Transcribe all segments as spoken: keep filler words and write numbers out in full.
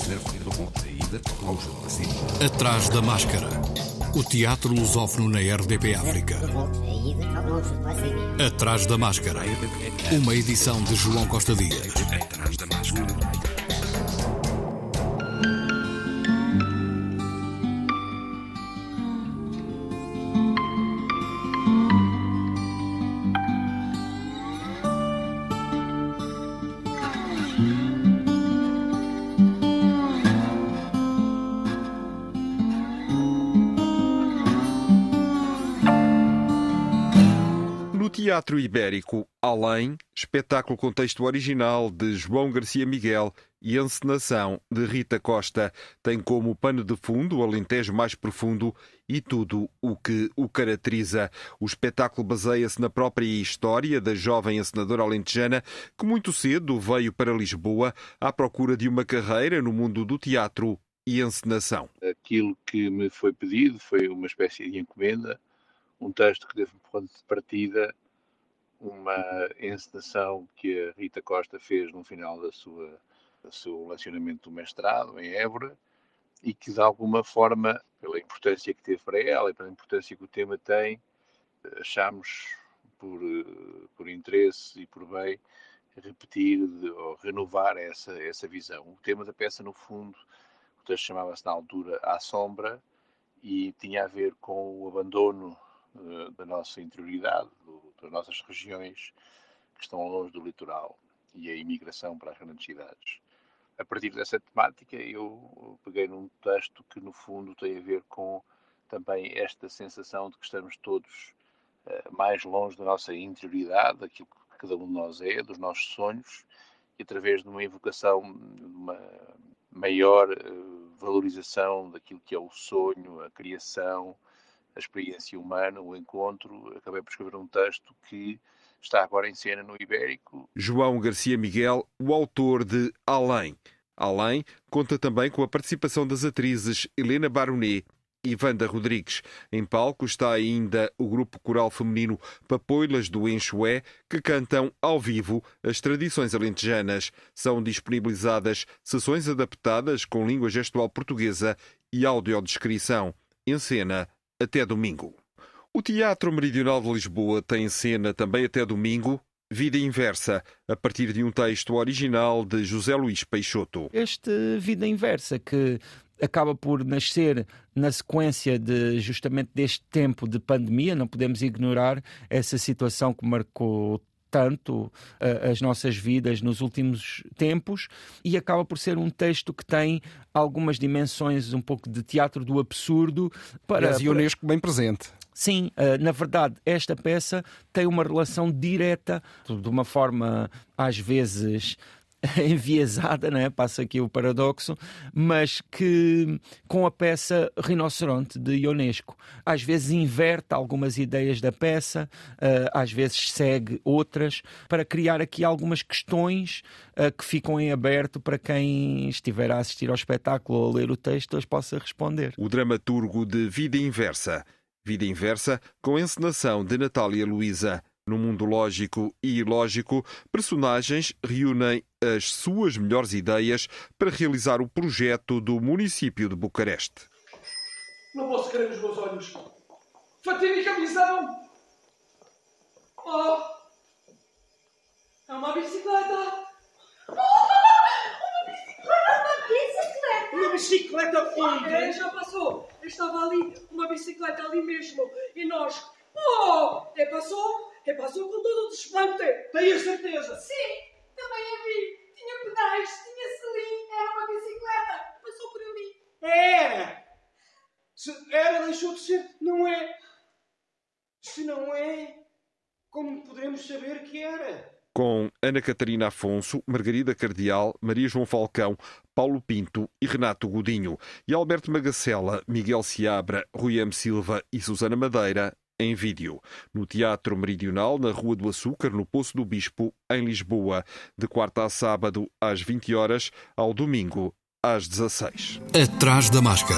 Atrás da Máscara. O teatro lusófono na R D P África. Atrás da Máscara. Uma edição de João Costa Dias. Atrás da Máscara. Teatro Ibérico Além, espetáculo com texto original de João Garcia Miguel e encenação de Rita Costa, tem como pano de fundo o Alentejo mais profundo e tudo o que o caracteriza. O espetáculo baseia-se na própria história da jovem encenadora alentejana que muito cedo veio para Lisboa à procura de uma carreira no mundo do teatro e encenação. Aquilo que me foi pedido foi uma espécie de encomenda, um texto que teve um ponto de partida, uma encenação que a Rita Costa fez no final da sua, do seu lecionamento do mestrado em Évora e que de alguma forma, pela importância que teve para ela e pela importância que o tema tem, achámos por, por interesse e por bem repetir ou renovar essa, essa visão. O tema da peça, no fundo, o texto chamava-se na altura À Sombra e tinha a ver com o abandono da nossa interioridade, do, das nossas regiões que estão longe do litoral e a imigração para as grandes cidades. A partir dessa temática eu peguei num texto que no fundo tem a ver com também esta sensação de que estamos todos uh, mais longe da nossa interioridade, daquilo que cada um de nós é, dos nossos sonhos, e através de uma invocação, de uma maior uh, valorização daquilo que é o sonho, a criação, a experiência humana, o encontro, acabei por escrever um texto que está agora em cena no Ibérico. João Garcia Miguel, o autor de Além. Além conta também com a participação das atrizes Helena Baronet e Wanda Rodrigues. Em palco está ainda o grupo coral feminino Papoilas do Enxué, que cantam ao vivo as tradições alentejanas. São disponibilizadas sessões adaptadas com língua gestual portuguesa e audiodescrição. Em cena até domingo. O Teatro Meridional de Lisboa tem em cena também até domingo Vida Inversa, a partir de um texto original de José Luís Peixoto. Este Vida Inversa, que acaba por nascer na sequência de justamente deste tempo de pandemia, não podemos ignorar essa situação que marcou tanto uh, as nossas vidas nos últimos tempos, e acaba por ser um texto que tem algumas dimensões um pouco de teatro do absurdo. Para, e a Unesco para... bem presente. Sim, uh, na verdade, esta peça tem uma relação direta, de uma forma às vezes enviesada, não é? Passa aqui o paradoxo, mas que com a peça Rinoceronte de Ionesco às vezes inverte algumas ideias da peça, às vezes segue outras, para criar aqui algumas questões que ficam em aberto para quem estiver a assistir ao espetáculo ou a ler o texto as possa responder. O dramaturgo de Vida Inversa. Vida Inversa, com encenação de Natália Luísa. No mundo lógico e ilógico, personagens reúnem as suas melhores ideias para realizar o projeto do município de Bucareste. Não posso crer nos meus olhos. Fatídica visão! Oh! É uma bicicleta! Oh! Uma bicicleta! Uma bicicleta! Uma bicicleta onde? É, já passou. Estava ali, uma bicicleta ali mesmo. E nós... Oh! É passou? É passou com todo o desplante. Tenho a certeza. Sim, também a vi. Tinha pedais, tinha selim, era uma bicicleta. Passou por ali. Era. Se era, deixou de ser. Não é. Se não é, como poderemos saber que era? Com Ana Catarina Afonso, Margarida Cardial, Maria João Falcão, Paulo Pinto e Renato Godinho. E Alberto Magacela, Miguel Seabra, Rui M. Silva e Susana Madeira, em vídeo, no Teatro Meridional, na Rua do Açúcar, no Poço do Bispo, em Lisboa, de quarta a sábado às vinte horas, ao domingo às dezasseis. Atrás da Máscara.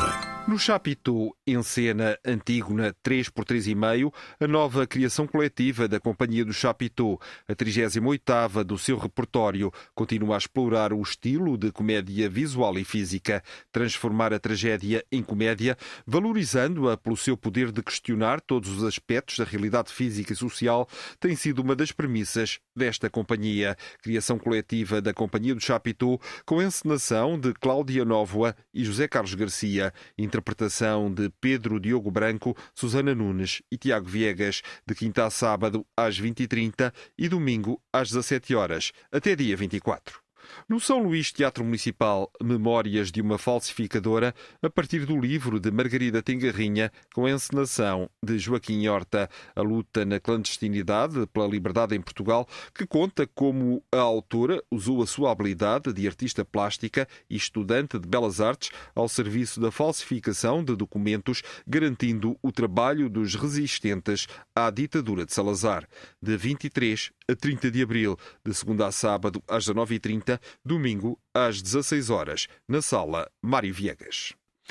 No Chapitão, encena Antígona três por três e meio, a nova criação coletiva da Companhia do Chapitão, a trigésima oitava do seu repertório, continua a explorar o estilo de comédia visual e física, transformar a tragédia em comédia, valorizando-a pelo seu poder de questionar todos os aspectos da realidade física e social, tem sido uma das premissas desta companhia. Criação coletiva da Companhia do Chapitão, com encenação de Cláudia Nóvoa e José Carlos Garcia, interpretação de Pedro Diogo Branco, Susana Nunes e Tiago Viegas, de quinta a sábado às vinte e trinta e domingo às dezassete horas, até dia vinte e quatro. No São Luís Teatro Municipal, Memórias de uma Falsificadora, a partir do livro de Margarida Tengarrinha, com a encenação de Joaquim Horta, a luta na clandestinidade pela liberdade em Portugal, que conta como a autora usou a sua habilidade de artista plástica e estudante de belas artes ao serviço da falsificação de documentos, garantindo o trabalho dos resistentes à ditadura de Salazar. De vinte e três a trinta de abril, de segunda a sábado às dezanove e trinta, domingo às dezasseis horas, na Sala Mário Viegas.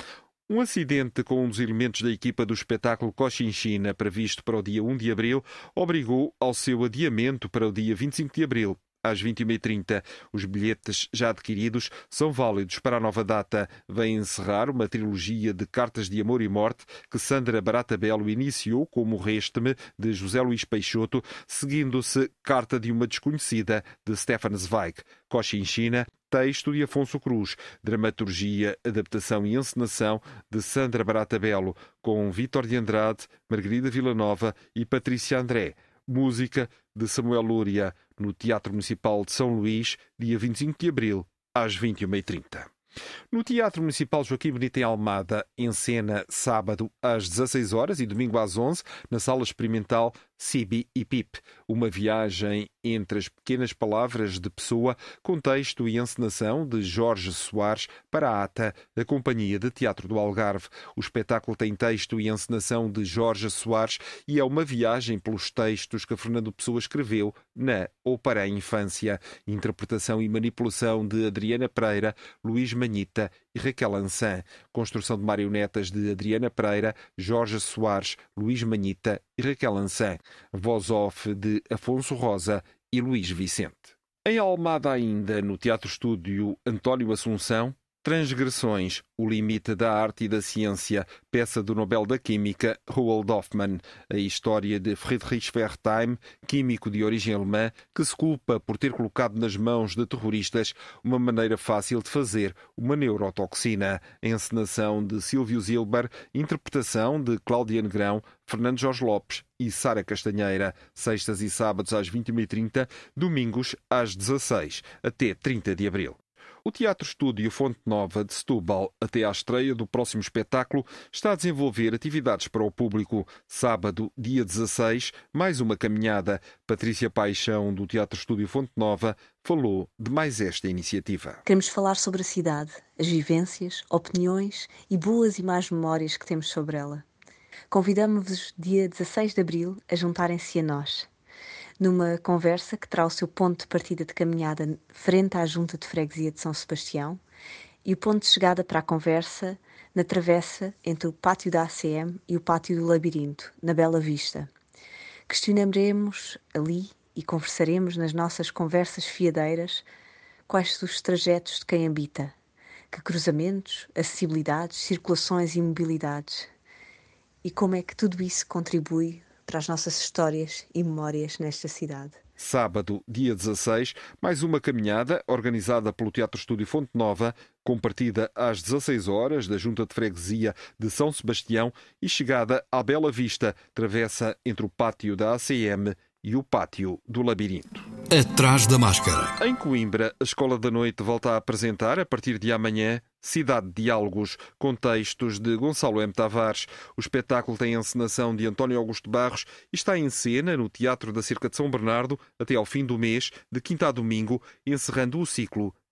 Um acidente com um dos elementos da equipa do espetáculo Cochinchina, previsto para o dia um de abril, obrigou ao seu adiamento para o dia vinte e cinco de abril. Às vinte e uma e trinta. Os bilhetes já adquiridos são válidos para a nova data. Vem encerrar uma trilogia de cartas de amor e morte que Sandra Barata Belo iniciou com o Morreste-me, de José Luís Peixoto, seguindo-se Carta de uma Desconhecida, de Stefan Zweig. Cochinchina, texto de Afonso Cruz, dramaturgia, adaptação e encenação de Sandra Barata Belo, com Vítor de Andrade, Margarida Villanova e Patrícia André. Música de Samuel Lúria, no Teatro Municipal de São Luís, dia vinte e cinco de abril, às vinte e uma e trinta. No Teatro Municipal Joaquim Benito em Almada, encena sábado às dezasseis horas e domingo às onze, na Sala Experimental Sibi e Pip. Uma viagem entre as pequenas palavras de Pessoa, com texto e encenação de Jorge Soares para a ATA, a Companhia de Teatro do Algarve. O espetáculo tem texto e encenação de Jorge Soares e é uma viagem pelos textos que Fernando Pessoa escreveu na ou para a infância. Interpretação e manipulação de Adriana Pereira, Luís Manhita e Raquel Ançã. Construção de marionetas de Adriana Pereira, Jorge Soares, Luís Manhita e Raquel Ançã. Voz off de Afonso Rosa e Luís Vicente. Em Almada ainda, no Teatro Estúdio António Assunção, Transgressões, o limite da arte e da ciência, peça do Nobel da Química, Roald Hoffmann. A história de Friedrich Wertheim, químico de origem alemã, que se culpa por ter colocado nas mãos de terroristas uma maneira fácil de fazer uma neurotoxina. Encenação de Silvio Zilber, interpretação de Cláudia Negrão, Fernando Jorge Lopes e Sara Castanheira. Sextas e sábados às vinte e uma e trinta, domingos às dezasseis, até trinta de abril. O Teatro Estúdio Fonte Nova de Setúbal, até à estreia do próximo espetáculo, está a desenvolver atividades para o público. Sábado, dia dezasseis, mais uma caminhada. Patrícia Paixão, do Teatro Estúdio Fonte Nova, falou de mais esta iniciativa. Queremos falar sobre a cidade, as vivências, opiniões e boas e más memórias que temos sobre ela. Convidamos-vos, dia dezasseis de abril, a juntarem-se a nós, numa conversa que terá o seu ponto de partida de caminhada frente à Junta de Freguesia de São Sebastião e o ponto de chegada para a conversa na travessa entre o Pátio da A C M e o Pátio do Labirinto, na Bela Vista. Questionaremos ali e conversaremos nas nossas conversas fiadeiras quais os trajetos de quem habita, que cruzamentos, acessibilidades, circulações e mobilidades, e como é que tudo isso contribui para as nossas histórias e memórias nesta cidade. Sábado, dia dezasseis, mais uma caminhada organizada pelo Teatro Estúdio Fonte Nova, com partida às dezasseis horas da Junta de Freguesia de São Sebastião e chegada à Bela Vista, travessa entre o Pátio da A C M e o Pátio do Labirinto. Atrás da Máscara. Em Coimbra, a Escola da Noite volta a apresentar, a partir de amanhã, Cidade de Diálogos, com textos de Gonçalo M. Tavares. O espetáculo tem a encenação de António Augusto Barros e está em cena no Teatro da Cerca de São Bernardo até ao fim do mês, de quinta a domingo, encerrando o ciclo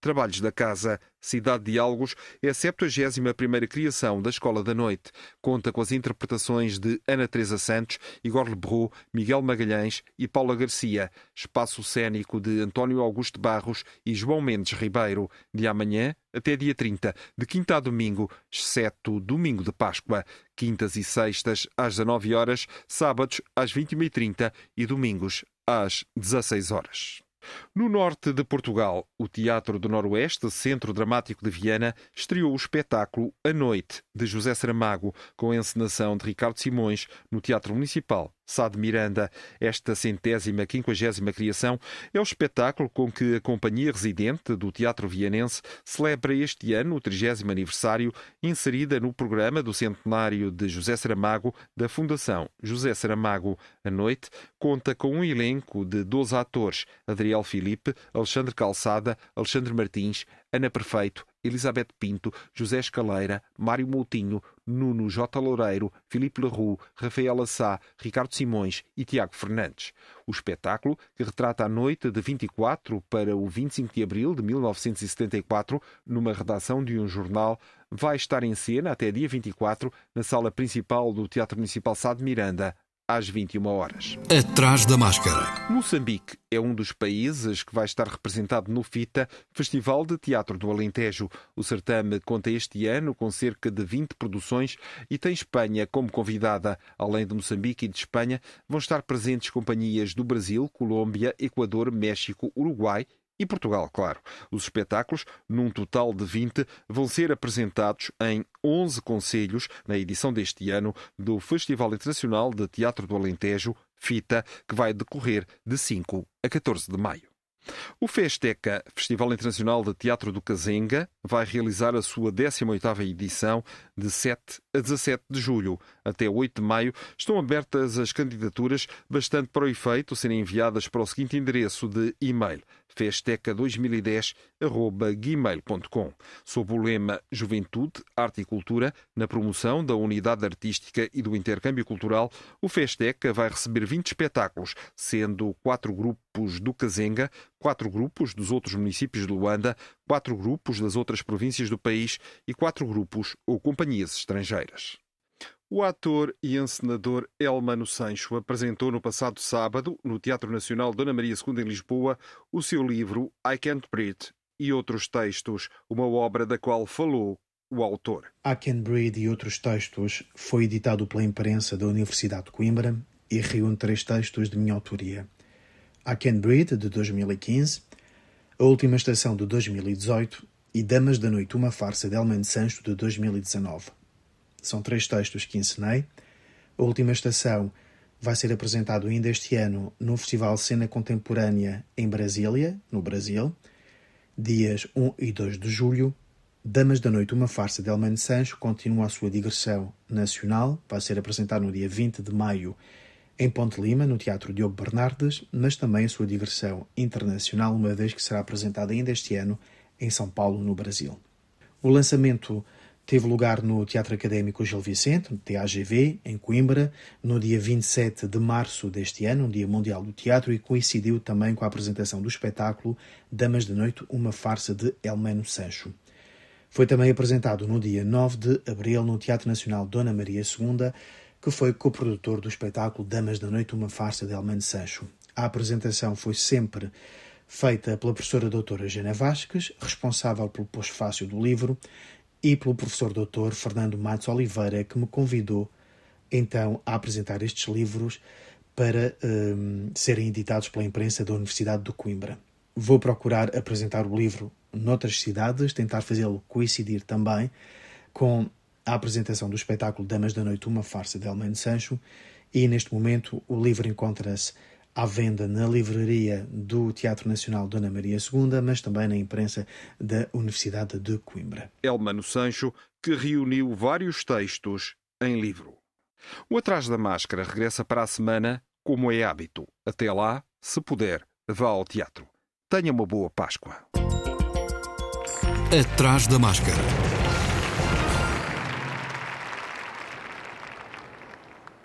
Trabalhos da Casa. Cidade de Diálogos é a septuagésima primeira criação da Escola da Noite. Conta com as interpretações de Ana Teresa Santos, Igor Lebrou, Miguel Magalhães e Paula Garcia. Espaço cênico de António Augusto Barros e João Mendes Ribeiro. De amanhã até dia trinta, de quinta a domingo, exceto domingo de Páscoa. Quintas e sextas às dezanove horas, sábados às vinte e uma e trinta e domingos às dezasseis horas. No norte de Portugal, o Teatro do Noroeste, Centro Dramático de Viana, estreou o espetáculo A Noite, de José Saramago, com a encenação de Ricardo Simões, no Teatro Municipal Sá de Miranda. Esta centésima quinquagésima criação é o espetáculo com que a Companhia Residente do Teatro Vianense celebra este ano o trigésimo aniversário, inserida no programa do centenário de José Saramago da Fundação José Saramago. A Noite conta com um elenco de doze atores: Adriel Filipe, Alexandre Calçada, Alexandre Martins, Ana Perfeito, Elizabeth Pinto, José Escaleira, Mário Moutinho, Nuno J. Loureiro, Filipe Leroux, Rafaela Sá, Ricardo Simões e Tiago Fernandes. O espetáculo, que retrata a noite de vinte e quatro para o vinte e cinco de abril de mil novecentos e setenta e quatro, numa redação de um jornal, vai estar em cena até dia vinte e quatro na sala principal do Teatro Municipal Sá de Miranda, às vinte e uma horas. Atrás da Máscara. Moçambique é um dos países que vai estar representado no FITA, Festival de Teatro do Alentejo. O certame conta este ano com cerca de vinte produções e tem Espanha como convidada. Além de Moçambique e de Espanha, vão estar presentes companhias do Brasil, Colômbia, Equador, México, Uruguai e Portugal, claro. Os espetáculos, num total de vinte, vão ser apresentados em onze concelhos na edição deste ano do Festival Internacional de Teatro do Alentejo, FITA, que vai decorrer de cinco a catorze de maio. O Festeca, Festival Internacional de Teatro do Cazenga, vai realizar a sua décima oitava edição de sete a dezassete de julho. Até oito de maio estão abertas as candidaturas, bastante para o efeito serem enviadas para o seguinte endereço de e-mail: festeca dois mil e dez arroba gmail ponto com. Sob o lema Juventude, Arte e Cultura, na promoção da unidade artística e do intercâmbio cultural, o Festeca vai receber vinte espetáculos, sendo quatro grupos do Cazenga, quatro grupos dos outros municípios de Luanda, quatro grupos das outras províncias do país e quatro grupos ou companhias estrangeiras. O ator e encenador Elmano Sancho apresentou no passado sábado, no Teatro Nacional Dona Maria segunda em Lisboa, o seu livro I Can't Breathe e outros textos, uma obra da qual falou o autor. I Can't Breathe e outros textos foi editado pela imprensa da Universidade de Coimbra e reúne três textos de minha autoria. I Can't Breathe, de dois mil e quinze, A Última Estação, de dois mil e dezoito e Damas da Noite, uma farsa de Elmano Sancho, de dois mil e dezanove. São três textos que encenei. A Última Estação vai ser apresentado ainda este ano no Festival Cena Contemporânea em Brasília, no Brasil, dias um e dois de julho. Damas da Noite, uma farsa de Elmano Sancho, continua a sua digressão nacional, vai ser apresentado no dia vinte de maio em Ponte Lima, no Teatro Diogo Bernardes, mas também a sua digressão internacional, uma vez que será apresentada ainda este ano em São Paulo, no Brasil. O lançamento teve lugar no Teatro Académico Gil Vicente, no T A G V, em Coimbra, no dia vinte e sete de março deste ano, um Dia Mundial do Teatro, e coincidiu também com a apresentação do espetáculo Damas da Noite, uma farsa de Elmano Sancho. Foi também apresentado no dia nove de abril no Teatro Nacional Dona Maria segunda, que foi coprodutor do espetáculo Damas da Noite, uma farsa de Elmano Sancho. A apresentação foi sempre feita pela professora doutora Jana Vasques, responsável pelo pós-fácio do livro, e pelo professor doutor Fernando Matos Oliveira, que me convidou então a apresentar estes livros para um, serem editados pela imprensa da Universidade de Coimbra. Vou procurar apresentar o livro noutras cidades, tentar fazê-lo coincidir também com a apresentação do espetáculo Damas da Noite, uma farsa de Elmano Sancho, e neste momento o livro encontra-se à venda na livraria do Teatro Nacional Dona Maria segunda, mas também na imprensa da Universidade de Coimbra. Elmano Sancho, que reuniu vários textos em livro. O Atrás da Máscara regressa para a semana, como é hábito. Até lá, se puder, vá ao teatro. Tenha uma boa Páscoa. Atrás da Máscara.